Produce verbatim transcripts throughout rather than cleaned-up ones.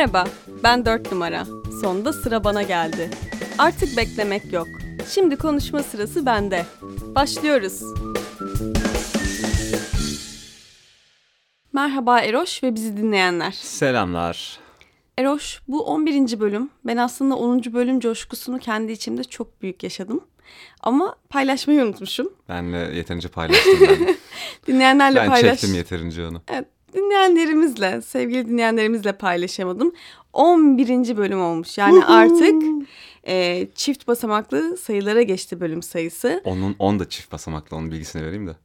Merhaba, ben dört numara. Sonunda sıra bana geldi. Artık beklemek yok. Şimdi konuşma sırası bende. Başlıyoruz. Merhaba Eroş ve bizi dinleyenler. Selamlar. Eroş, bu on birinci bölüm. Ben aslında onuncu bölüm coşkusunu kendi içimde çok büyük yaşadım. Ama paylaşmayı unutmuşum. Benle yeterince paylaştım ben. Dinleyenlerle ben paylaş. Ben çektim yeterince onu. Evet, dinleyenlerimizle, sevgili dinleyenlerimizle paylaşamadım. on birinci bölüm olmuş. Yani artık e, çift basamaklı sayılara geçti bölüm sayısı. Onun on da çift basamaklı, onun bilgisini vereyim de.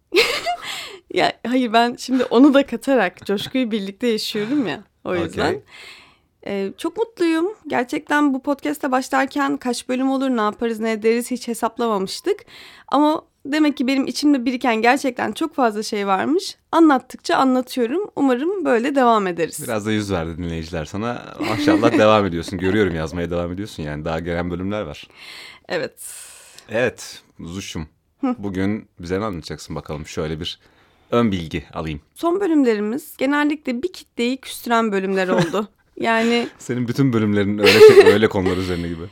Ya hayır, ben şimdi onu da katarak coşkuyu birlikte yaşıyorum ya. O yüzden. Okay. Ee, çok mutluyum. Gerçekten bu podcast'a başlarken kaç bölüm olur, ne yaparız, ne ederiz hiç hesaplamamıştık. Ama demek ki benim içimde biriken gerçekten çok fazla şey varmış. Anlattıkça anlatıyorum. Umarım böyle devam ederiz. Biraz da yüz verdi dinleyiciler sana. Maşallah devam ediyorsun. Görüyorum, yazmaya devam ediyorsun yani. Daha gelen bölümler var. Evet. Evet Zuş'um. Bugün bize ne anlatacaksın bakalım? Şöyle bir ön bilgi alayım. Son bölümlerimiz genellikle bir kitleyi küstüren bölümler oldu. Yani senin bütün bölümlerin öyle öyle konular üzerine gibi.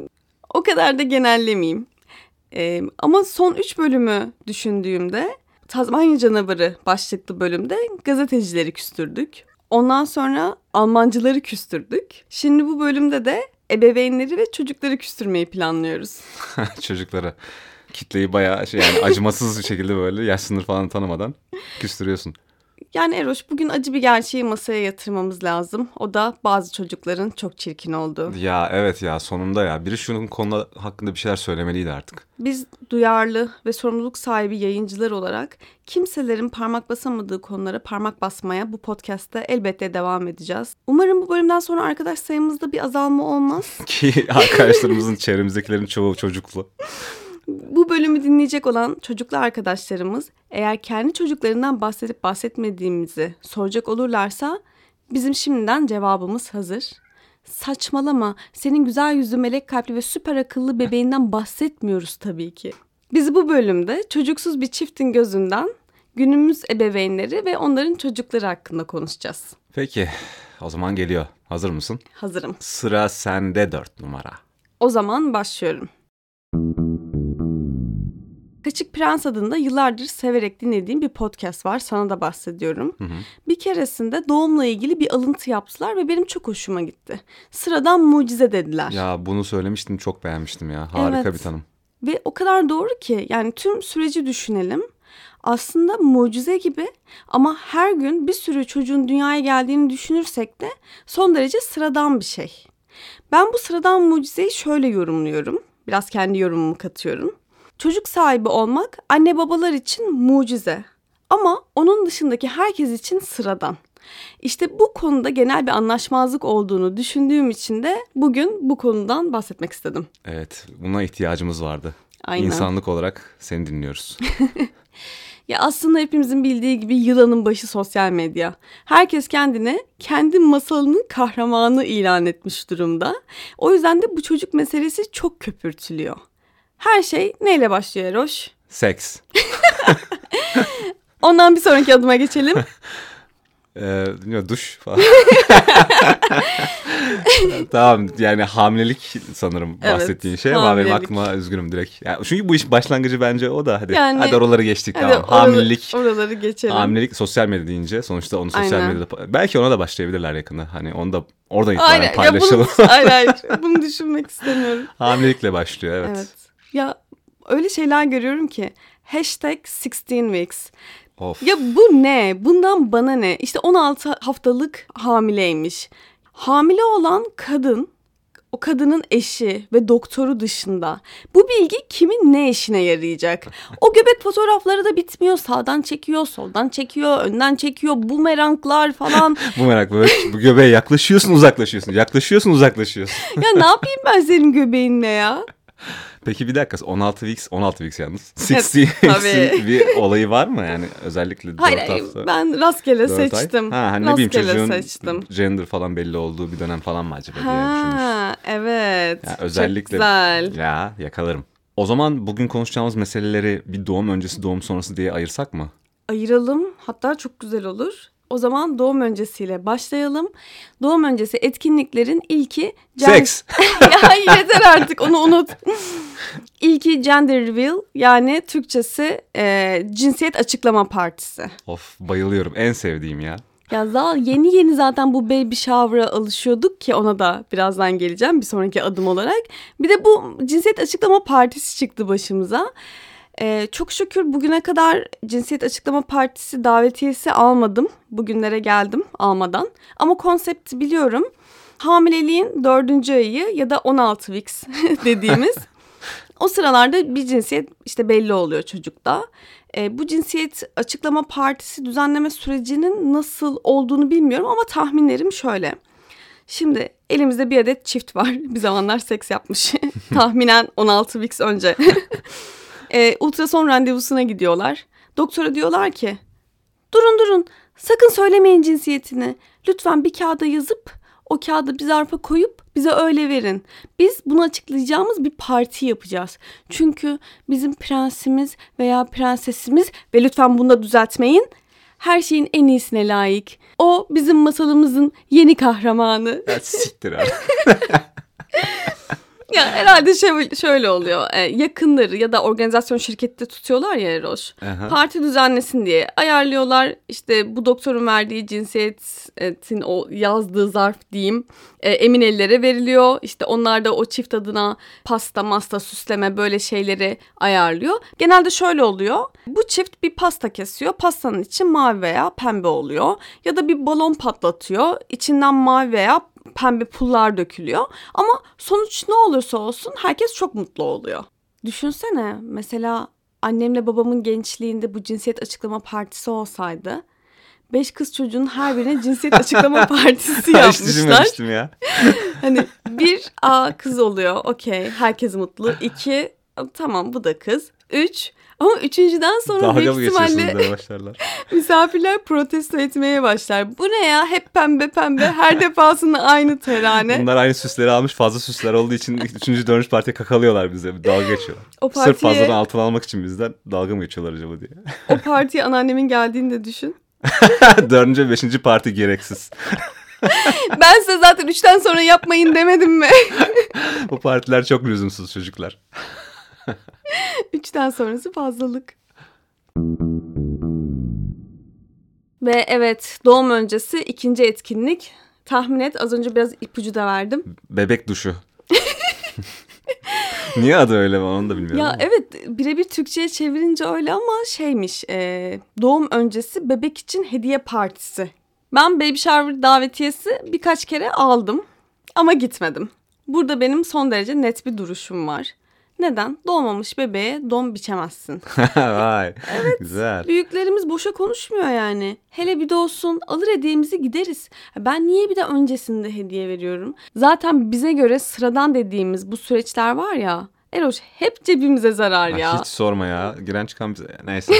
O kadar da genellemeyeyim. Ee, ama son üç bölümü düşündüğümde Tazmanya Canavarı başlıklı bölümde gazetecileri küstürdük. Ondan sonra Almancıları küstürdük. Şimdi bu bölümde de ebeveynleri ve çocukları küstürmeyi planlıyoruz. Çocukları. Kitleyi bayağı şey yani acımasız bir şekilde böyle yaş sınır falan tanımadan küstürüyorsun. Yani Eroş, bugün acı bir gerçeği masaya yatırmamız lazım. O da bazı çocukların çok çirkin olduğu. Ya evet ya, sonunda ya. Biri şunun konu hakkında bir şeyler söylemeliydi artık. Biz duyarlı ve sorumluluk sahibi yayıncılar olarak kimselerin parmak basamadığı konulara parmak basmaya bu podcast'te elbette devam edeceğiz. Umarım bu bölümden sonra arkadaş sayımızda bir azalma olmaz. Ki arkadaşlarımızın çevremizdekilerin çoğu çocuklu. Bu bölümü dinleyecek olan çocuklu arkadaşlarımız eğer kendi çocuklarından bahsedip bahsetmediğimizi soracak olurlarsa bizim şimdiden cevabımız hazır. Saçmalama, senin güzel yüzlü, melek kalpli ve süper akıllı bebeğinden bahsetmiyoruz tabii ki. Biz bu bölümde çocuksuz bir çiftin gözünden günümüz ebeveynleri ve onların çocukları hakkında konuşacağız. Peki, o zaman geliyor. Hazır mısın? Hazırım. Sıra sende dört numara. O zaman başlıyorum. Kaçık Prens adında yıllardır severek dinlediğim bir podcast var. Sana da bahsediyorum. Hı hı. Bir keresinde doğumla ilgili bir alıntı yaptılar ve benim çok hoşuma gitti. Sıradan mucize dediler. Ya bunu söylemiştin, çok beğenmiştim ya. Harika evet. Bir tanım. Ve o kadar doğru ki yani tüm süreci düşünelim. Aslında mucize gibi ama her gün bir sürü çocuğun dünyaya geldiğini düşünürsek de son derece sıradan bir şey. Ben bu sıradan mucizeyi şöyle yorumluyorum. Biraz kendi yorumumu katıyorum. Çocuk sahibi olmak anne babalar için mucize ama onun dışındaki herkes için sıradan. İşte bu konuda genel bir anlaşmazlık olduğunu düşündüğüm için de bugün bu konudan bahsetmek istedim. Evet, buna ihtiyacımız vardı. Aynen. İnsanlık olarak seni dinliyoruz. Ya aslında hepimizin bildiği gibi yılanın başı sosyal medya. Herkes kendine kendi masalının kahramanı ilan etmiş durumda. O yüzden de bu çocuk meselesi çok köpürtülüyor. Her şey neyle başlıyor Eroş? Seks. Ondan bir sonraki adıma geçelim. ee, duş falan. Tamam, yani hamilelik sanırım evet, bahsettiğin şey ama benim aklıma üzgünüm direkt. Yani çünkü bu iş başlangıcı bence o da hadi. Yani, hadi oraları geçtik hadi tamam. Oraları, hamilelik. Oraları geçelim. Hamilelik sosyal medya deyince sonuçta onu sosyal aynen. medyada belki ona da başlayabilirler yakında. Hani onu da oradan itibaren aynen. Paylaşalım. Bunu, hayır hayır bunu düşünmek istemiyorum. Hamilelikle başlıyor evet. Evet. Ya öyle şeyler görüyorum ki hashtag sixteen weeks. Of. Ya bu ne? Bundan bana ne? İşte on altı haftalık hamileymiş. Hamile olan kadın, o kadının eşi ve doktoru dışında bu bilgi kimin ne işine yarayacak? O göbek fotoğrafları da bitmiyor. Sağdan çekiyor, soldan çekiyor, önden çekiyor. Bumeranglar falan. Bumerang böyle bu göbeğe yaklaşıyorsun, uzaklaşıyorsun. Yaklaşıyorsun, uzaklaşıyorsun. Ya ne yapayım ben senin göbeğinle ya? Peki bir dakika, on altı weeks, on altı weeks yalnız. altmış weeks'in bir olayı var mı yani özellikle hayır, dört hafta? Ben rastgele seçtim. Ay. Ha, hani rastgele ne bileyim çocuğun seçtim. Gender falan belli olduğu bir dönem falan mı acaba ha, diye düşünmüştüm. Ha evet. Yani özellikle, çok güzel. Ya yakalarım. O zaman bugün konuşacağımız meseleleri bir doğum öncesi, doğum sonrası diye ayırsak mı? Ayıralım. Hatta çok güzel olur. O zaman doğum öncesiyle başlayalım. Doğum öncesi etkinliklerin ilki... Seks. Ya yeter artık, onu unut. İlki gender reveal, yani Türkçesi e, cinsiyet açıklama partisi. Of, bayılıyorum, en sevdiğim ya. Ya zaten yeni yeni zaten bu baby shower'a alışıyorduk ki ona da birazdan geleceğim bir sonraki adım olarak. Bir de bu cinsiyet açıklama partisi çıktı başımıza. Ee, çok şükür bugüne kadar cinsiyet açıklama partisi davetiyesi almadım. Bugünlere geldim almadan. Ama konsepti biliyorum. Hamileliğin dördüncü ayı ya da on altı weeks dediğimiz. O sıralarda bir cinsiyet işte belli oluyor çocukta. E, bu cinsiyet açıklama partisi düzenleme sürecinin nasıl olduğunu bilmiyorum ama tahminlerim şöyle. Şimdi elimizde bir adet çift var. Bir zamanlar seks yapmış. Tahminen on altı weeks önce. e, ultrason randevusuna gidiyorlar. Doktora diyorlar ki durun durun sakın söylemeyin cinsiyetini. Lütfen bir kağıda yazıp o kağıdı bir zarfa koyup bize öyle verin. Biz bunu açıklayacağımız bir parti yapacağız. Çünkü bizim prensimiz veya prensesimiz ve lütfen bunu da düzeltmeyin, her şeyin en iyisine layık. O bizim masalımızın yeni kahramanı. Ya siktir abi. Ya herhalde şöyle, şöyle oluyor. Ee, yakınları ya da organizasyon şirkette tutuyorlar ya Eroş. Aha. Parti düzenlesin diye ayarlıyorlar. İşte bu doktorun verdiği cinsiyetin o yazdığı zarf diyeyim e, emin ellere veriliyor. İşte onlar da o çift adına pasta, masta, süsleme böyle şeyleri ayarlıyor. Genelde şöyle oluyor. Bu çift bir pasta kesiyor. Pastanın içi mavi veya pembe oluyor. Ya da bir balon patlatıyor. İçinden mavi veya pembe pullar dökülüyor. Ama sonuç ne olursa olsun herkes çok mutlu oluyor. Düşünsene mesela annemle babamın gençliğinde bu cinsiyet açıklama partisi olsaydı. Beş kız çocuğun her birine cinsiyet açıklama partisi yapmışlar. Hiç düşünmemiştim ya. Hani bir a kız oluyor, okey, herkes mutlu. İki tamam bu da kız. Üç ama üçüncüden sonra dalga büyük ihtimalle misafirler protesto etmeye başlar. Bu ne ya, hep pembe pembe her defasında aynı terane. Bunlar aynı süsleri almış, fazla süsler olduğu için üçüncü dönüş partiye kakalıyorlar bize, dalga geçiyorlar. O partiye... Sırf fazladan altın almak için bizden dalga mı geçiyorlar acaba diye. O partiye anneannemin geldiğini de düşün. Dördüncü beşinci parti gereksiz. Ben size zaten üçten sonra yapmayın demedim mi? Bu partiler çok lüzumsuz çocuklar. Üçten sonrası fazlalık. Ve evet, doğum öncesi ikinci etkinlik. Tahmin et, az önce biraz ipucu da verdim. Bebek duşu. Niye adı öyle mi onu da bilmiyorum. Ya ama. Evet, birebir Türkçe'ye çevirince öyle ama şeymiş, e, doğum öncesi bebek için hediye partisi. Ben baby shower davetiyesi birkaç kere aldım ama gitmedim. Burada benim son derece net bir duruşum var. Neden? Doğmamış bebeğe don biçemezsin. Vay, evet, güzel. Büyüklerimiz boşa konuşmuyor yani. Hele bir doğsun, alır hediyemizi gideriz. Ben niye bir de öncesinde hediye veriyorum? Zaten bize göre sıradan dediğimiz bu süreçler var ya, Eroş, hep cebimize zarar ya. ya. Hiç sorma ya. Giren çıkan bize. Neyse.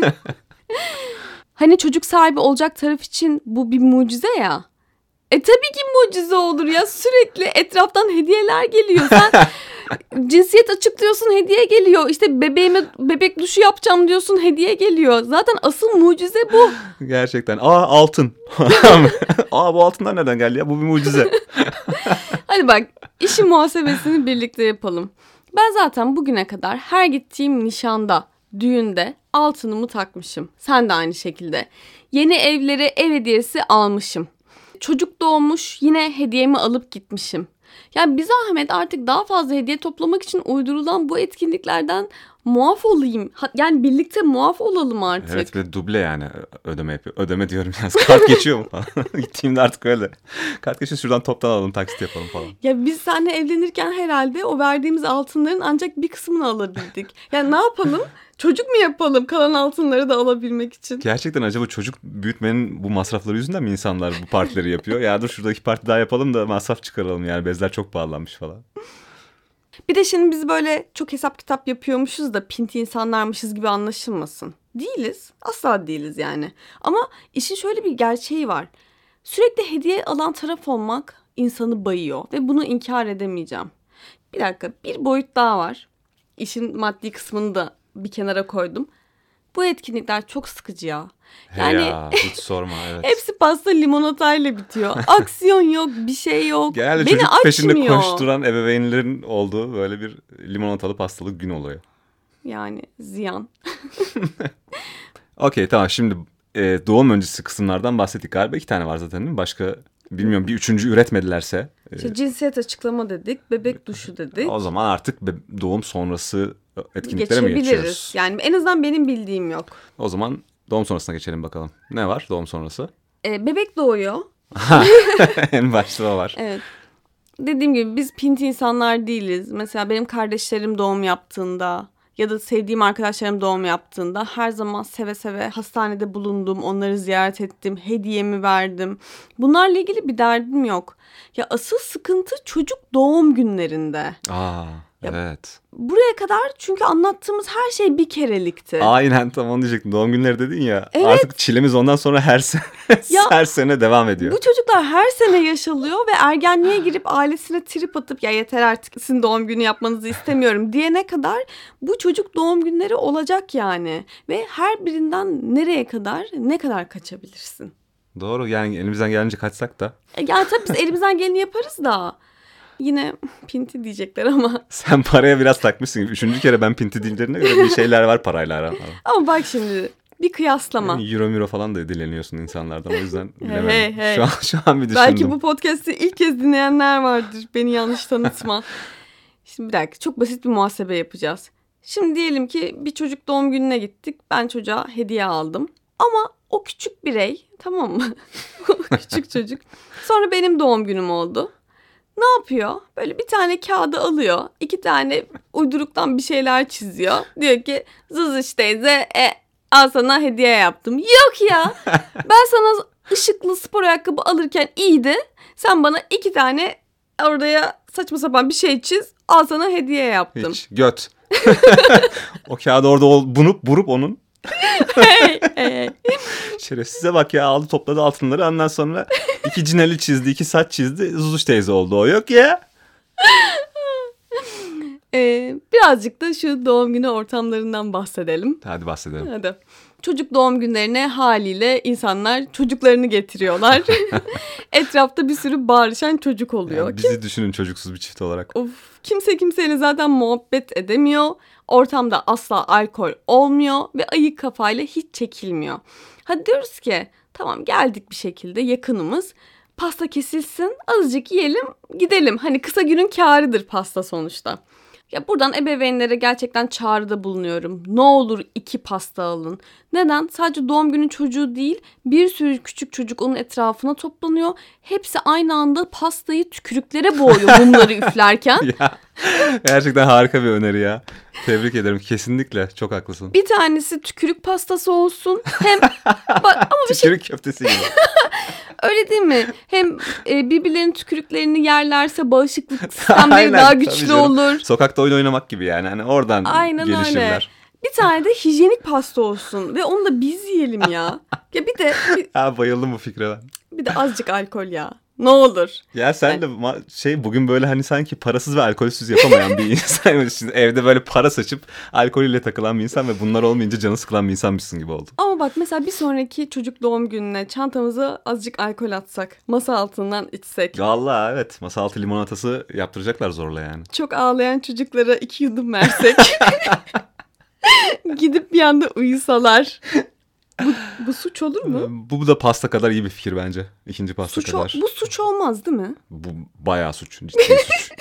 Hani çocuk sahibi olacak taraf için bu bir mucize ya. E tabii ki mucize olur ya. Sürekli etraftan hediyeler geliyor. Sen cinsiyet açıklıyorsun, hediye geliyor. İşte bebeğime bebek duşu yapacağım diyorsun, hediye geliyor. Zaten asıl mucize bu. Gerçekten. Aa, altın. Aa, bu altınlar nereden geldi ya? Bu bir mucize. Hadi bak, işin muhasebesini birlikte yapalım. Ben zaten bugüne kadar her gittiğim nişanda, düğünde altınımı takmışım. Sen de aynı şekilde. Yeni evlere ev hediyesi almışım. Çocuk doğmuş, yine hediyemi alıp gitmişim. Yani bir zahmet artık daha fazla hediye toplamak için uydurulan bu etkinliklerden muaf olayım. Yani birlikte muaf olalım artık. Evet, ve duble yani ödeme yapıyor. Ödeme diyorum ya. Kart geçiyor mu falan. Gittiğimde artık öyle. Kart geçiyor, şuradan toptan alalım, taksit yapalım falan. Ya biz seninle evlenirken herhalde o verdiğimiz altınların ancak bir kısmını alabildik. Yani ne yapalım? Çocuk mu yapalım kalan altınları da alabilmek için? Gerçekten acaba çocuk büyütmenin bu masrafları yüzünden mi insanlar bu partileri yapıyor? Ya dur şuradaki parti daha yapalım da masraf çıkaralım, yani bezler çok pahalanmış falan. Bir de şimdi biz böyle çok hesap kitap yapıyormuşuz da pinti insanlarmışız gibi anlaşılmasın. Değiliz. Asla değiliz yani. Ama işin şöyle bir gerçeği var. Sürekli hediye alan taraf olmak insanı bayıyor ve bunu inkar edemeyeceğim. Bir dakika, bir boyut daha var. İşin maddi kısmını da bir kenara koydum. Bu etkinlikler çok sıkıcı ya. Yani ya, hiç sorma evet. Hepsi pasta limonatayla bitiyor. Aksiyon yok, bir şey yok. Genelde Beni çocuk açmıyor. peşinde koşturan ebeveynlerin olduğu böyle bir limonatalı pastalı gün oluyor. Yani ziyan. Okey tamam, şimdi e, doğum öncesi kısımlardan bahsettik galiba. İki tane var zaten değil mi? Başka bilmiyorum, bir üçüncü üretmedilerse. İşte e, cinsiyet açıklama dedik, bebek duşu dedik. O zaman artık doğum sonrası etkinliklere mi geçiyoruz? Yani en azından benim bildiğim yok. O zaman doğum sonrasına geçelim bakalım. Ne var doğum sonrası? Ee, bebek doğuyor. En başta o var. Evet. Dediğim gibi biz pinti insanlar değiliz. Mesela benim kardeşlerim doğum yaptığında ya da sevdiğim arkadaşlarım doğum yaptığında her zaman seve seve hastanede bulundum. Onları ziyaret ettim. Hediyemi verdim. Bunlarla ilgili bir derdim yok. Ya asıl sıkıntı çocuk doğum günlerinde. Aa, ya, evet. Buraya kadar çünkü anlattığımız her şey bir kerelikti. Aynen, tam onu diyecektim. Doğum günleri dedin ya. Evet. Artık çilemiz ondan sonra her sene ya, her sene devam ediyor. Bu çocuklar her sene yaşalıyor ve ergenliğe girip ailesine trip atıp ya yeter artık sizin doğum günü yapmanızı istemiyorum diyene kadar bu çocuk doğum günleri olacak yani. Ve her birinden nereye kadar ne kadar kaçabilirsin? Doğru, yani elimizden gelince kaçsak da. E, yani tabii biz elimizden geleni yaparız da. Yine pinti diyecekler ama. Sen paraya biraz takmışsın gibi. Üçüncü kere ben pinti dillerine göre bir şeyler var parayla aramada. Ama bak şimdi bir kıyaslama. Yani euro miro falan da dileniyorsun insanlardan, o yüzden bilemedim. Hey, hey. Şu an, şu an bir düşündüm. Belki bu podcast'i ilk kez dinleyenler vardır. Beni yanlış tanıtma. Şimdi bir dakika, çok basit bir muhasebe yapacağız. Şimdi diyelim ki bir çocuk doğum gününe gittik. Ben çocuğa hediye aldım. Ama o küçük birey, tamam mı? O küçük çocuk. Sonra benim doğum günüm oldu. Ne yapıyor? Böyle bir tane kağıdı alıyor. İki tane uyduruktan bir şeyler çiziyor. Diyor ki Zuzuş teyze e, al sana hediye yaptım. Yok ya. Ben sana ışıklı spor ayakkabı alırken iyiydi. Sen bana iki tane oraya saçma sapan bir şey çiz. Al sana hediye yaptım. Hiç. Göt. O kağıdı orada bunup burup onun. Hey, hey. Şerefsize bak ya, aldı topladı altınları, ondan sonra iki cineli çizdi, iki saç çizdi, Zuzuş teyze oldu. O yok ya. Ee, birazcık da şu doğum günü ortamlarından bahsedelim. Hadi bahsedelim. Hadi. Çocuk doğum günlerine haliyle insanlar çocuklarını getiriyorlar. Etrafta bir sürü bağırışan çocuk oluyor. Yani bizi Kim... düşünün çocuksuz bir çift olarak. Of, kimse kimseyle zaten muhabbet edemiyor. Ortamda asla alkol olmuyor ve ayık kafayla hiç çekilmiyor. Hadi diyoruz ki tamam, geldik bir şekilde, yakınımız. Pasta kesilsin, azıcık yiyelim, gidelim. Hani kısa günün kârıdır pasta sonuçta. Ya buradan ebeveynlere gerçekten çağrıda bulunuyorum. Ne olur iki pasta alın. Neden? Sadece doğum günü çocuğu değil, bir sürü küçük çocuk onun etrafına toplanıyor. Hepsi aynı anda pastayı tükürüklere boğuyor mumları üflerken. Ya, gerçekten harika bir öneri ya. Tebrik ederim, kesinlikle çok haklısın. Bir tanesi tükürük pastası olsun. Hem bak, ama bir tükürük şey... köftesi gibi. Öyle değil mi? Hem e, birbirlerinin tükürüklerini yerlerse bağışıklık sistemleri daha güçlü olur. Sokakta oyun oynamak gibi yani. Hani oradan aynen gelişirler. Öyle. Bir tane de hijyenik pasta olsun ve onu da biz yiyelim ya. Ya bir de bir, ha, bayıldım bu fikre ben. Bir de azıcık alkol ya. Ne olur. Ya sen yani... de şey bugün böyle hani sanki parasız ve alkolsüz yapamayan bir insan. Evde böyle para saçıp alkolüyle takılan bir insan ve bunlar olmayınca canı sıkılan bir insanmışsın gibi oldu. Ama bak mesela bir sonraki çocuk doğum gününe çantamıza azıcık alkol atsak. Masa altından içsek. Vallahi evet, masa altı limonatası yaptıracaklar zorla yani. Çok ağlayan çocuklara iki yudum versek. Gidip bir anda uyusalar. Bu, bu suç olur mu? Bu, bu da pasta kadar iyi bir fikir bence. İkinci pasta suç kadar. O, bu suç olmaz değil mi? Bu bayağı suç. Ciddi suç.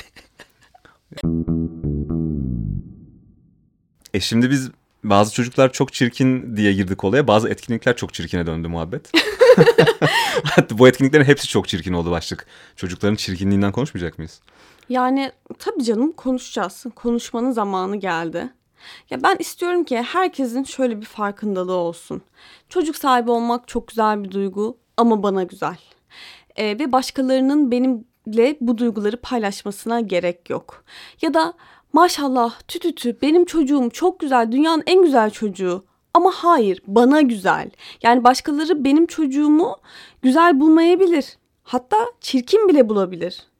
E şimdi biz bazı çocuklar çok çirkin diye girdik olaya. Bazı etkinlikler çok çirkine döndü muhabbet. Hatta bu etkinliklerin hepsi çok çirkin oldu başlık. Çocukların çirkinliğinden konuşmayacak mıyız? Yani tabii canım, konuşacağız. Konuşmanın zamanı geldi. Ya ben istiyorum ki herkesin şöyle bir farkındalığı olsun. Çocuk sahibi olmak çok güzel bir duygu ama bana güzel. Ee, ve başkalarının benimle bu duyguları paylaşmasına gerek yok. Ya da maşallah tütütü benim çocuğum çok güzel, dünyanın en güzel çocuğu. Ama hayır, bana güzel. Yani başkaları benim çocuğumu güzel bulmayabilir. Hatta çirkin bile bulabilir.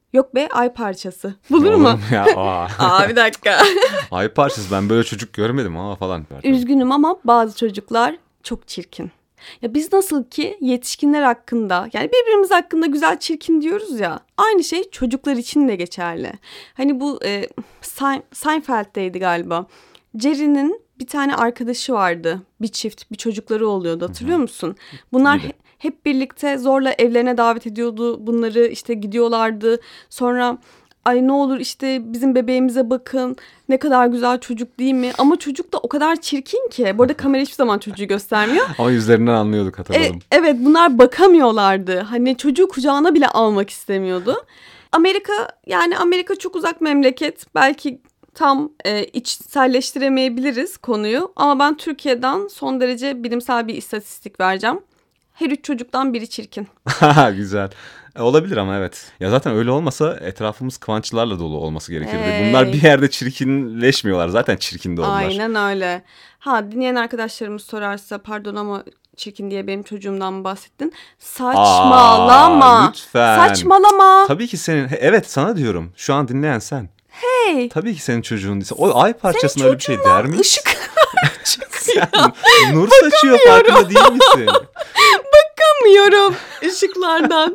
Yok be, ay parçası. Bulur Olur mu? Ya, aa. Aa bir dakika. Ay parçası, ben böyle çocuk görmedim ama falan. Üzgünüm ama bazı çocuklar çok çirkin. Ya biz nasıl ki yetişkinler hakkında, yani birbirimiz hakkında güzel çirkin diyoruz ya, aynı şey çocuklar için de geçerli. Hani bu e, Sein- Seinfeld'deydi galiba. Jerry'nin bir tane arkadaşı vardı. Bir çift, bir çocukları oluyordu, hatırlıyor musun? Bunlar he- hep birlikte zorla evlerine davet ediyordu. Bunları işte gidiyorlardı. Sonra ay ne olur işte bizim bebeğimize bakın, ne kadar güzel çocuk değil mi? Ama çocuk da o kadar çirkin ki. Bu arada kamera hiçbir zaman çocuğu göstermiyor. Ama yüzlerinden anlıyorduk, hatırladım. E, evet, bunlar bakamıyorlardı. Hani çocuğu kucağına bile almak istemiyordu. Amerika, yani Amerika çok uzak memleket. Belki tam e, içselleştiremeyebiliriz konuyu. Ama ben Türkiye'den son derece bilimsel bir istatistik vereceğim. Her üç çocuktan biri çirkin. Güzel. E, olabilir ama evet. Ya zaten öyle olmasa etrafımız kıvançlarla dolu olması gerekirdi. Hey. Bunlar bir yerde çirkinleşmiyorlar. Zaten çirkin de oldular. Aynen öyle. Ha, dinleyen arkadaşlarımız sorarsa pardon ama çirkin diye benim çocuğumdan mı bahsettin? Saçmalama. Aa, lütfen. Saçmalama. Tabii ki senin. Evet, sana diyorum. Şu an dinleyen sen. Hey. Tabii ki senin çocuğun değilse. O ay parçasına öyle bir şey der mi? Işık Sen nur saçıyor, farkında değil misin? bakamıyorum ışıklardan.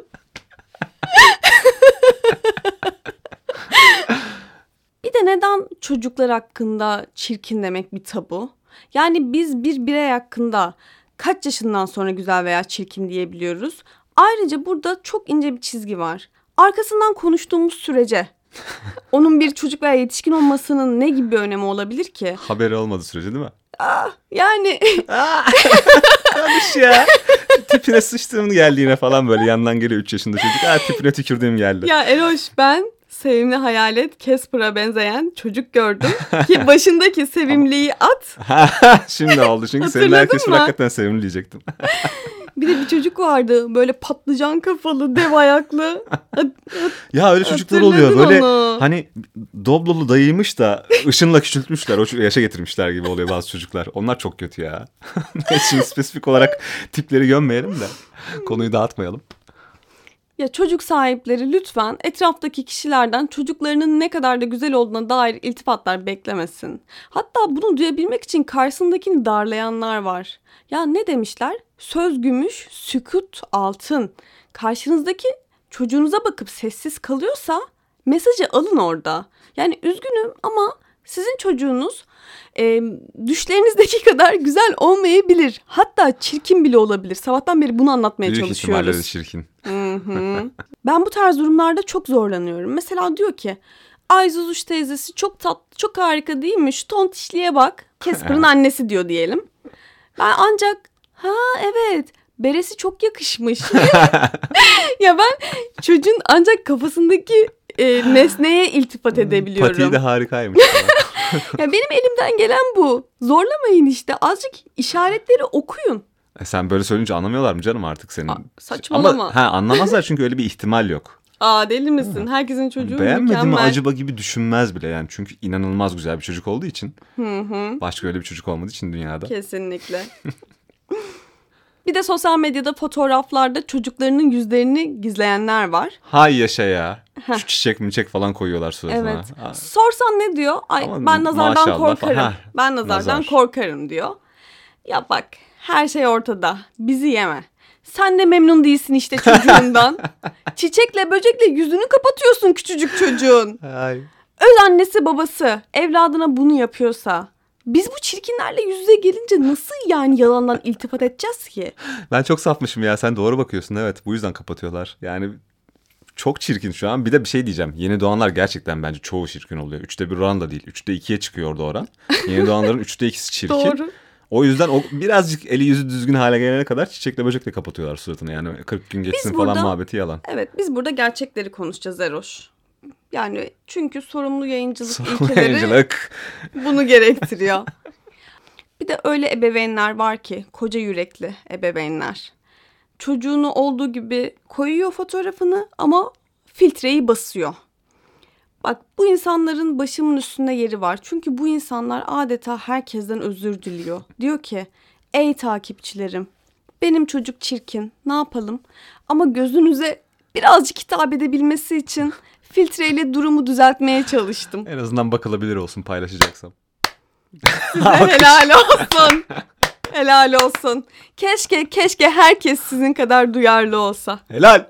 Bir de neden çocuklar hakkında çirkin demek bir tabu? Yani biz bir birey hakkında kaç yaşından sonra güzel veya çirkin diyebiliyoruz? Ayrıca burada çok ince bir çizgi var. Arkasından konuştuğumuz sürece onun bir çocuk veya yetişkin olmasının ne gibi bir önemi olabilir ki? Haberi olmadığı sürece değil mi? Ah, yani Yanlış ya. Tipine sıçtığım geldi yine falan, böyle yandan geliyor üç yaşında çocuk. Ha, tipine tükürdüğüm geldi. ya Eroş, ben sevimli hayalet Casper'a benzeyen çocuk gördüm ki başındaki sevimliyi at. Şimdi oldu çünkü senin Hatırladın herkes mı? hakikaten sevimli diyecektim. Bir de bir çocuk vardı böyle patlıcan kafalı, dev ayaklı. Ya öyle çocuklar Hatırladın oluyor böyle onu. hani Doblolu dayıymış da ışınla küçültmüşler, o yaşa getirmişler gibi oluyor bazı çocuklar. Onlar çok kötü ya. Şimdi spesifik olarak tipleri gömmeyelim de konuyu dağıtmayalım. Ya çocuk sahipleri lütfen etraftaki kişilerden çocuklarının ne kadar da güzel olduğuna dair iltifatlar beklemesin. Hatta bunu duyabilmek için karşısındakini darlayanlar var. Ya ne demişler? Söz gümüş, sükut altın. Karşınızdaki çocuğunuza bakıp sessiz kalıyorsa mesajı alın orada. Yani üzgünüm ama sizin çocuğunuz e, düşlerinizdeki kadar güzel olmayabilir. Hatta çirkin bile olabilir. Sabahtan beri bunu anlatmaya Büyük çalışıyoruz. ihtimalle de çirkin. Hı-hı. Ben bu tarz durumlarda çok zorlanıyorum. Mesela diyor ki ay Zuzuş teyzesi çok tatlı, çok harika değil mi? Şu tontişliğe bak. Casper'ın annesi diyor diyelim. Ben ancak ha evet beresi çok yakışmış. Ya ben çocuğun ancak kafasındaki e, nesneye iltifat edebiliyorum. Patiği de harikaymış. Ya benim elimden gelen bu. Zorlamayın işte. Azıcık işaretleri okuyun. E sen böyle söyleyince anlamıyorlar mı canım artık senin? Aa, saçmalama. Ama ha, anlamazlar çünkü öyle bir ihtimal yok. Aa, deli misin? Herkesin çocuğu Beğenmedi mi mükemmel. acaba gibi düşünmez bile yani. Çünkü inanılmaz güzel bir çocuk olduğu için. Hı hı. Başka öyle bir çocuk olmadığı için dünyada. Kesinlikle. Bir de sosyal medyada fotoğraflarda çocuklarının yüzlerini gizleyenler var. Hay yaşa ya. Şu çiçek miçek falan koyuyorlar suratına. Evet. Ha. Sorsan ne diyor? Ay Ama ben nazardan maşallah korkarım. falan. Ha, Ben nazardan nazar. korkarım diyor. Ya bak, her şey ortada. Bizi yeme. Sen de memnun değilsin işte çocuğundan. Çiçekle böcekle yüzünü kapatıyorsun küçücük çocuğun. Ay. Öz annesi babası evladına bunu yapıyorsa biz bu çirkinlerle yüz yüze gelince nasıl yani yalandan iltifat edeceğiz ki? Ben çok safmışım ya, sen doğru bakıyorsun, evet, bu yüzden kapatıyorlar. Yani çok çirkin şu an. Bir de bir şey diyeceğim. Yeni doğanlar gerçekten bence çoğu çirkin oluyor. Üçte bir oran da değil. Üçte ikiye çıkıyor orada oran. Yeni doğanların üçte ikisi çirkin. Doğru. O yüzden o birazcık eli yüzü düzgün hale gelene kadar çiçekle böcekle kapatıyorlar suratını. Yani kırk gün geçsin Biz falan burada- muhabbeti yalan. Evet, biz burada gerçekleri konuşacağız Eroş. Yani çünkü sorumlu yayıncılık Sorumlu ilkeleri yayıncılık. bunu gerektiriyor. Bir de öyle ebeveynler var ki, koca yürekli ebeveynler. Çocuğunu olduğu gibi koyuyor fotoğrafını ama filtreyi basıyor. Bak, bu insanların başımın üstünde yeri var. Çünkü bu insanlar adeta herkesten özür diliyor. Diyor ki, ey takipçilerim, benim çocuk çirkin, ne yapalım? Ama gözünüze birazcık hitap edebilmesi için filtreyle durumu düzeltmeye çalıştım. En azından bakılabilir olsun paylaşacaksam. Size helal olsun. Helal olsun. Keşke keşke herkes sizin kadar duyarlı olsa. Helal.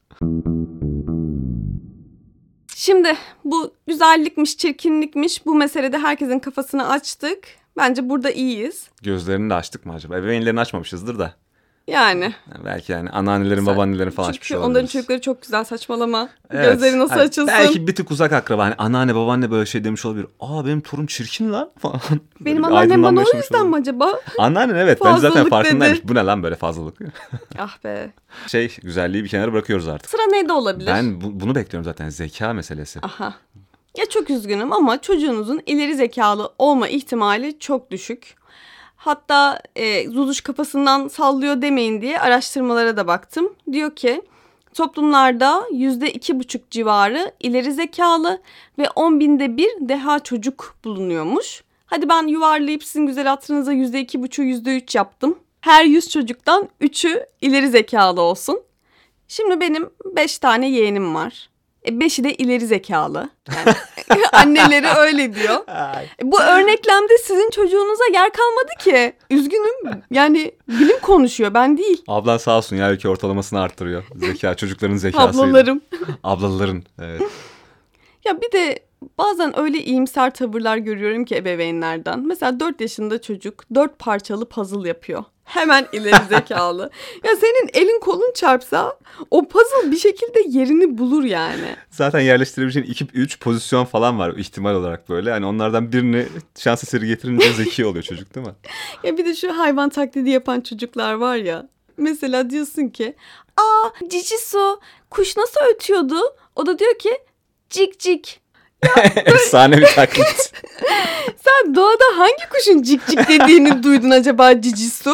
Şimdi bu güzellikmiş, çirkinlikmiş, bu meselede herkesin kafasını açtık. Bence burada iyiyiz. Gözlerini de açtık mı acaba? Ebeveynlerini açmamışızdır da. Yani. Yani belki yani anneannelerin, babaannelerin falan açmış Çünkü olabiliriz. onların çocukları çok güzel, saçmalama. Evet. Gözleri nasıl hani açılsın? Belki bir tık uzak akraba. Hani anneanne, babaanne böyle şey demiş olabilir. Aa benim torun çirkin lan falan. Benim anneannem bana o yüzden mi acaba? Anneannen evet. Ben zaten Fazlalık farkındaymış. dedi. Bu ne lan böyle fazlalık? Ah be. Şey güzelliği bir kenara bırakıyoruz artık. Sıra neyde olabilir? Ben bu, bunu bekliyorum zaten. Zeka meselesi. Aha. Ya çok üzgünüm ama çocuğunuzun ileri zekalı olma ihtimali çok düşük. Hatta e, Zuzuş kafasından sallıyor demeyin diye araştırmalara da baktım. Diyor ki toplumlarda yüzde iki buçuk civarı ileri zekalı ve on binde bir deha çocuk bulunuyormuş. Hadi ben yuvarlayıp sizin güzel hatırınıza yüzde iki buçuk, yüzde üç yaptım. Her yüz çocuktan üçü ileri zekalı olsun. Şimdi benim beş tane yeğenim var. E beşi de ileri zekalı. Yani anneleri öyle diyor. E bu örneklemde sizin çocuğunuza yer kalmadı ki. Üzgünüm. Yani bilim konuşuyor, ben değil. Ablan sağ olsun ya, ülke ortalamasını arttırıyor. Zeka çocukların zekasıyla. Ablalarım. Ablaların evet. Ya bir de bazen öyle iyimser tavırlar görüyorum ki ebeveynlerden. Mesela dört yaşında çocuk dört parçalı puzzle yapıyor. Hemen ileri zekalı. Ya senin elin kolun çarpsa o puzzle bir şekilde yerini bulur yani. Zaten yerleştirebileceğin iki üç pozisyon falan var ihtimal olarak böyle. Hani onlardan birini şans eseri getirince zeki oluyor çocuk değil mi? Ya bir de şu hayvan taklidi yapan çocuklar var ya. Mesela diyorsun ki, aa cici su kuş nasıl ötüyordu? O da diyor ki cik cik. Efsane bir taklit. Sen doğada hangi kuşun cik cik dediğini duydun acaba cici su?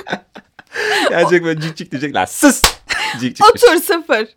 Gelecek böyle cik cik diyecekler. Sus! Cik cik. Otur sıfır.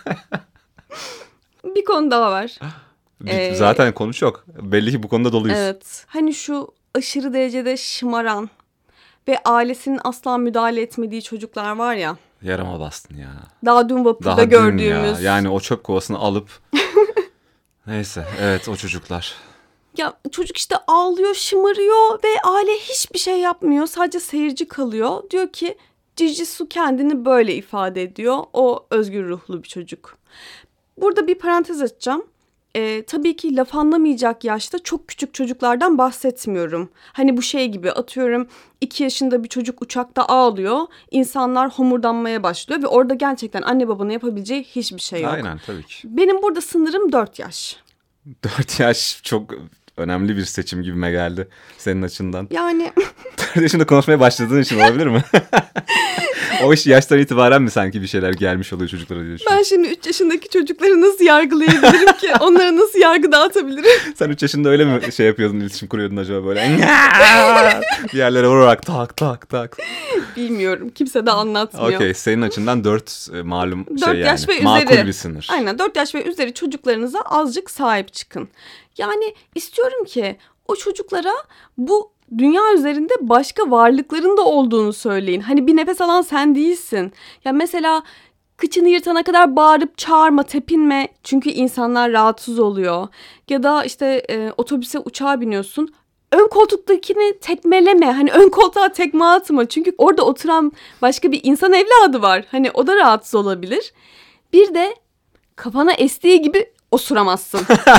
Bir konu daha var. Ee, Zaten konu çok. Belli ki bu konuda doluyuz. Evet. Hani şu aşırı derecede şımaran ve ailesinin asla müdahale etmediği çocuklar var ya. Yarama bastın ya. Daha dün vapurda Daha gördüğümüz. Dün ya. Yani o çöp kovasını alıp. Neyse evet o çocuklar. Ya çocuk işte ağlıyor, şımarıyor ve aile hiçbir şey yapmıyor. Sadece seyirci kalıyor. Diyor ki Cici Su kendini böyle ifade ediyor. O özgür ruhlu bir çocuk. Burada bir parantez açacağım. Ee, tabii ki laf anlamayacak yaşta çok küçük çocuklardan bahsetmiyorum. Hani bu şey gibi, atıyorum iki yaşında bir çocuk uçakta ağlıyor. İnsanlar homurdanmaya başlıyor ve orada gerçekten anne babanın yapabileceği hiçbir şey yok. Aynen tabii ki. Benim burada sınırım dört yaş. dört yaş çok önemli bir seçim gibime geldi senin açından. Yani dört yaşında konuşmaya başladığın için olabilir mi? O iş yaştan itibaren mi sanki bir şeyler gelmiş oluyor çocuklara diye düşünüyorum. ben şimdi üç yaşındaki çocukları nasıl yargılayabilirim ki? Onlara nasıl yargı dağıtabilirim? Sen üç yaşında öyle mi şey yapıyordun, iletişim kuruyordun acaba böyle? Bir yerlere vurarak tak tak tak. Bilmiyorum. Kimse de anlatmıyor. Okey, senin açından dört e, malum dört şey yani. yaş ve Makul üzeri. bir sınır. Aynen, dört yaş ve üzeri çocuklarınıza azıcık sahip çıkın. Yani istiyorum ki o çocuklara bu dünya üzerinde başka varlıkların da olduğunu söyleyin. Hani bir nefes alan sen değilsin. Ya mesela kıçını yırtana kadar bağırıp çağırma, tepinme. Çünkü insanlar rahatsız oluyor. Ya da işte e, otobüse, uçağa biniyorsun. Ön koltuktakini tekmeleme. Hani ön koltuğa tekme atma. Çünkü orada oturan başka bir insan evladı var. Hani o da rahatsız olabilir. Bir de kafana estiği gibi osuramazsın.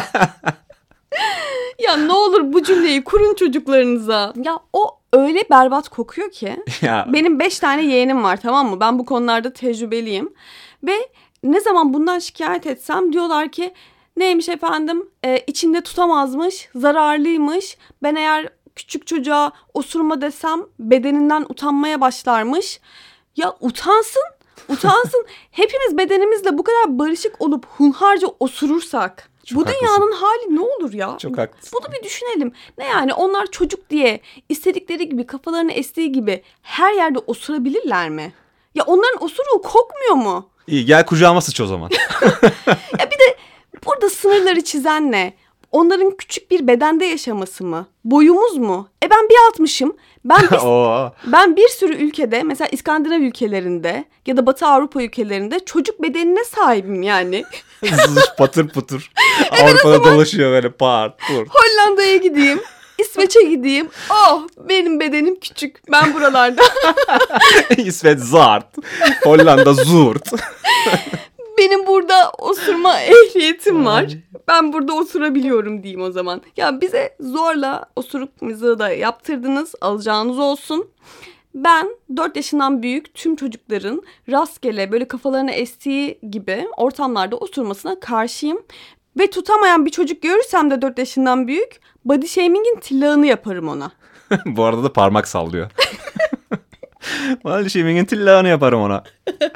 Ya ne olur bu cümleyi kurun çocuklarınıza. Ya o öyle berbat kokuyor ki. Ya. Benim beş tane yeğenim var, tamam mı? Ben bu konularda tecrübeliyim. Ve ne zaman bundan şikayet etsem diyorlar ki neymiş efendim, ee, içinde tutamazmış, zararlıymış. Ben eğer küçük çocuğa osurma desem bedeninden utanmaya başlarmış. Ya utansın, utansın. Hepimiz bedenimizle bu kadar barışık olup hunharca osurursak Çok bu dünyanın haklısın. hali ne olur ya? Çok haklısın. Bunu bir düşünelim. Ne yani, onlar çocuk diye istedikleri gibi, kafalarını estiği gibi her yerde osurabilirler mi? Ya onların osuruğu kokmuyor mu? İyi, gel kucağıma sıç o zaman. Ya bir de burada sınırları çizen ne? Onların küçük bir bedende yaşaması mı? Boyumuz mu? E ben bir altmışım. Ben bir, ben bir sürü ülkede, mesela İskandinav ülkelerinde ya da Batı Avrupa ülkelerinde çocuk bedenine sahibim yani. Patır putur. Avrupa'da dolaşıyor böyle part pur. Hollanda'ya gideyim. İsveç'e gideyim. Oh, benim bedenim küçük. Ben buralarda. İsveç zart. Hollanda zurt. Benim burada osurma ehliyetim var. Ben burada oturabiliyorum diyeyim o zaman. Ya bize zorla osuruk mızığı da yaptırdınız. Alacağınız olsun. Ben dört yaşından büyük tüm çocukların rastgele böyle kafalarına estiği gibi ortamlarda oturmasına karşıyım. Ve tutamayan bir çocuk görürsem de dört yaşından büyük, body shaming'in tillağını yaparım ona. Bu arada da parmak sallıyor. Body shaming'in tillağını yaparım ona.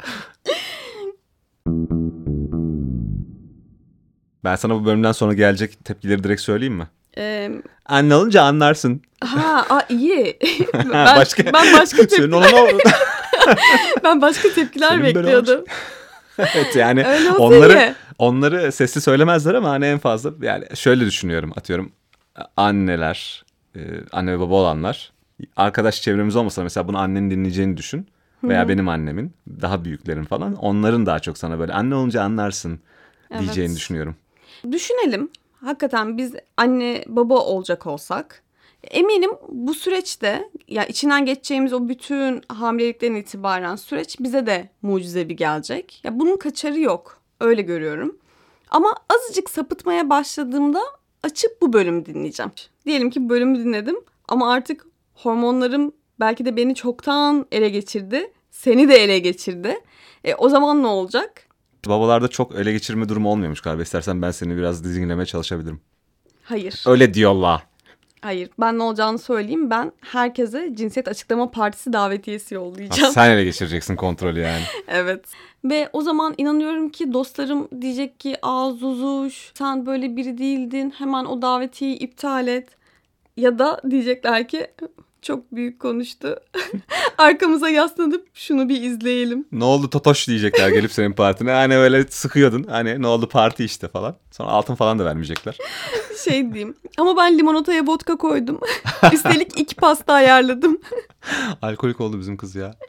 Ben sana bu bölümden sonra gelecek tepkileri direkt söyleyeyim mi? Ee, Anne olunca anlarsın. Ha, a, iyi. ben, başka, ben başka tepkiler, ben başka tepkiler Senin bekliyordum. Evet yani onları onları onları sesli söylemezler ama hani en fazla yani şöyle düşünüyorum, atıyorum anneler, anne ve baba olanlar, arkadaş çevremiz olmasa mesela bunu annenin dinleyeceğini düşün veya Hı-hı. benim annemin, daha büyüklerin falan, onların daha çok sana böyle anne olunca anlarsın diyeceğini evet. düşünüyorum. Düşünelim. Hakikaten biz anne baba olacak olsak eminim bu süreçte ya içinden geçeceğimiz o bütün hamilelikten itibaren süreç bize de mucizevi gelecek. Ya bunun kaçarı yok. Öyle görüyorum. Ama azıcık sapıtmaya başladığımda açıp bu bölümü dinleyeceğim. Diyelim ki bölümü dinledim ama artık hormonlarım belki de beni çoktan ele geçirdi. Seni de ele geçirdi. E, o zaman ne olacak? Babalarda çok ele geçirme durumu olmuyormuş galiba. İstersen ben seni biraz dizinlemeye çalışabilirim. Hayır. Öyle diyorlar. Hayır. Ben ne olacağını söyleyeyim. Ben herkese Cinsiyet Açıklama Partisi davetiyesi yollayacağım. Ha, sen ele geçireceksin kontrolü yani. Evet. Ve o zaman inanıyorum ki dostlarım diyecek ki aa Zuzuş sen böyle biri değildin. Hemen o davetiyeyi iptal et. Ya da diyecekler ki çok büyük konuştu. Arkamıza yaslanıp şunu bir izleyelim. Ne oldu Totoş diyecekler gelip senin partine. Hani öyle sıkıyordun. Hani ne oldu parti işte falan. Sonra altın falan da vermeyecekler. Şey diyeyim. Ama ben limonataya vodka koydum. Üstelik iki pasta ayarladım. Alkolik oldu bizim kız ya.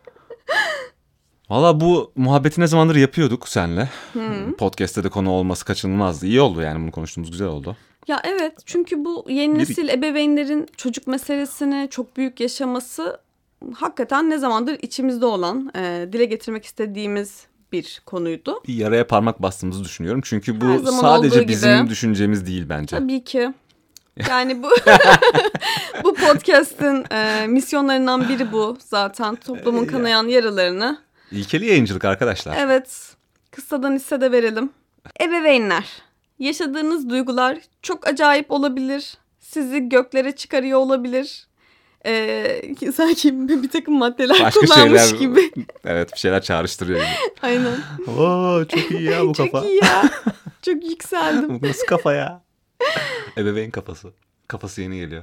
Valla bu muhabbeti ne zamandır yapıyorduk seninle. Hmm. Podcast'te de konu olması kaçınılmazdı. İyi oldu yani, bunu konuştuğumuz güzel oldu. Ya evet, çünkü bu yeni nesil bir... ebeveynlerin çocuk meselesini çok büyük yaşaması hakikaten ne zamandır içimizde olan, e, dile getirmek istediğimiz bir konuydu. Bir yaraya parmak bastığımızı düşünüyorum. Çünkü bu sadece bizim gibi düşüncemiz değil bence. Tabii ki. Yani bu bu podcast'ın e, misyonlarından biri bu zaten. Toplumun kanayan yaralarını. İlkeli yayıncılık arkadaşlar. Evet. Kıssadan hisse de verelim. Ebeveynler. Yaşadığınız duygular çok acayip olabilir. Sizi göklere çıkarıyor olabilir. Ee, sanki bir takım maddeler Başka kullanmış şeyler, gibi. Evet, bir şeyler çağrıştırıyor gibi. Aynen. Oo, çok iyi ya bu çok kafa. Çok iyi ya. Çok yükseldim. Bu nasıl kafa ya? Ebeveyn kafası. Kafası yeni geliyor.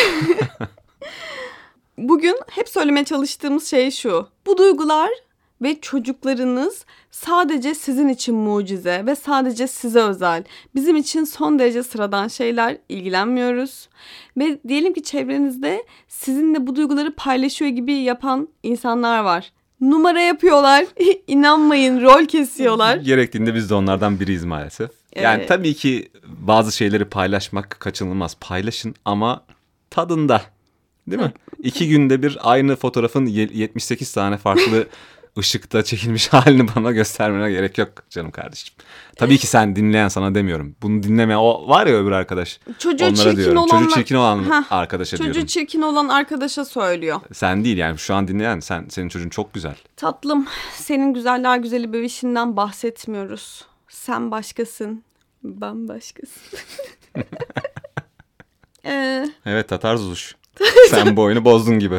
Bugün hep söylemeye çalıştığımız şey şu. Bu duygular ve çocuklarınız sadece sizin için mucize ve sadece size özel. Bizim için son derece sıradan şeyler, ilgilenmiyoruz. Ve diyelim ki çevrenizde sizinle bu duyguları paylaşıyor gibi yapan insanlar var. Numara yapıyorlar, inanmayın, rol kesiyorlar. Gerektiğinde biz de onlardan biriyiz maalesef. Yani evet. Tabii ki bazı şeyleri paylaşmak kaçınılmaz. Paylaşın ama tadında. Değil mi? İki günde bir aynı fotoğrafın yetmiş sekiz tane farklı ışıkta çekilmiş halini bana göstermene gerek yok canım kardeşim. Tabii ki sen dinleyen, sana demiyorum. Bunu dinleme, o var ya öbür arkadaş. Çocuğu onlara çirkin diyorum. olan, Çocuğu çirkin olan heh, arkadaşa çocuğu diyorum. Çocuğu çirkin olan arkadaşa söylüyor. Sen değil yani, şu an dinleyen, sen, senin çocuğun çok güzel. Tatlım, senin güzeller güzeli bebişinden bahsetmiyoruz. Sen başkasın, ben başkasın. ee... Evet, Tatar Zuzuş. Sen bu oyunu bozdun gibi.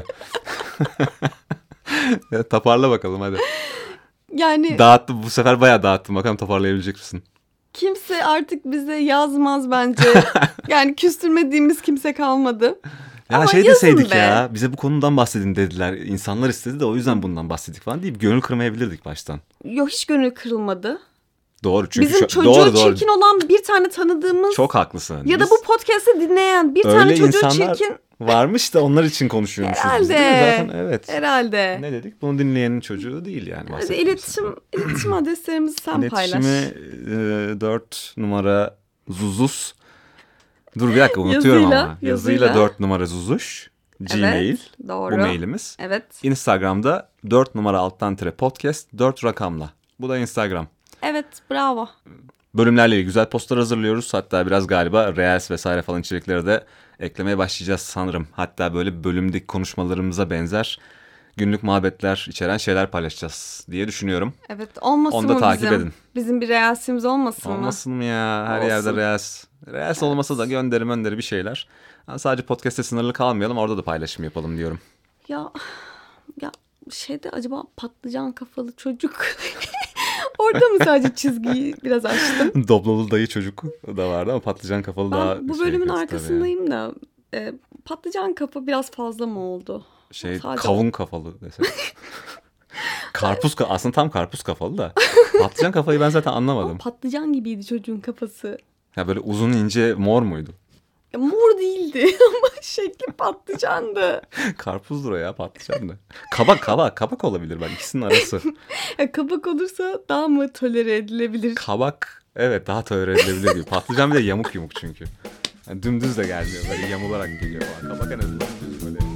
Ya, toparla bakalım hadi. Yani dağıttım bu sefer, bayağı dağıttım. Bakalım toparlayabilecek misin? Kimse artık bize yazmaz bence. Yani küstürmediğimiz kimse kalmadı. Ya ama şey deseydik be. Ya bize bu konudan bahsedin dediler. İnsanlar istedi de o yüzden bundan bahsettik falan deyip gönül kırmayabilirdik baştan. Yok, hiç gönül kırılmadı. Doğru çünkü Bizim şu, çocuğu doğru, doğru. çirkin olan bir tane tanıdığımız Çok haklısın. ya Biz, da bu podcast'ı dinleyen bir öyle tane çocuğu insanlar çirkin varmış da onlar için konuşuyormuşuz biz değil mi? herhalde. Zaten evet. Herhalde. Ne dedik? Bunu dinleyenin çocuğu değil yani. Hadi iletişim, iletişim adreslerimizi sen paylaş. İletişimi e, dört numara Zuzus. Dur bir dakika unutuyorum Yazıyla, ama. yazıyla. Yazıyla dört numara Zuzuş. Gmail. Evet, doğru. Bu mailimiz. Evet. Instagram'da dört numara alttan tire podcast dört rakamla. Bu da Instagram. Evet, bravo. Bölümlerle ilgili güzel postlar hazırlıyoruz. Hatta biraz galiba Reels vesaire falan içerikleri de eklemeye başlayacağız sanırım. Hatta böyle bölümdeki konuşmalarımıza benzer günlük muhabbetler içeren şeyler paylaşacağız diye düşünüyorum. Evet, olmasın Onu da mı takip bizim? edin. Bizim bir reelsimiz olmasın, Olmasın mı ya? Her Olsun. yerde Reels. Reels Evet. olmasa da gönderi gönderi bir şeyler. Yani sadece podcast'te sınırlı kalmayalım. Orada da paylaşım yapalım diyorum. mı? Ya ya şeyde acaba patlıcan kafalı çocuk orada mı sadece çizgiyi biraz açtım? Doblolu dayı çocuk da vardı ama patlıcan kafalı Ben daha bu şey bölümün kötü tabii arkasındayım da e, patlıcan kafa biraz fazla mı oldu? Şey Sadece kavun kafalı desek. Karpuz ka- aslında tam karpuz kafalı da. Patlıcan kafayı ben zaten anlamadım. Ama patlıcan gibiydi çocuğun kafası. Ya böyle uzun ince mor muydu? Ya mor değildi ama şekli patlıcandı. Karpuzdur o ya patlıcan da. Kabak kabak kabak olabilir bak ikisinin arası. Ya kabak olursa daha mı tolere edilebilir? Kabak evet daha tolere edilebilir gibi. Patlıcan bir de yamuk yumuk çünkü. Yani dümdüz de gelmiyor böyle yamularak geliyor falan. Kabak en azından düz böyle.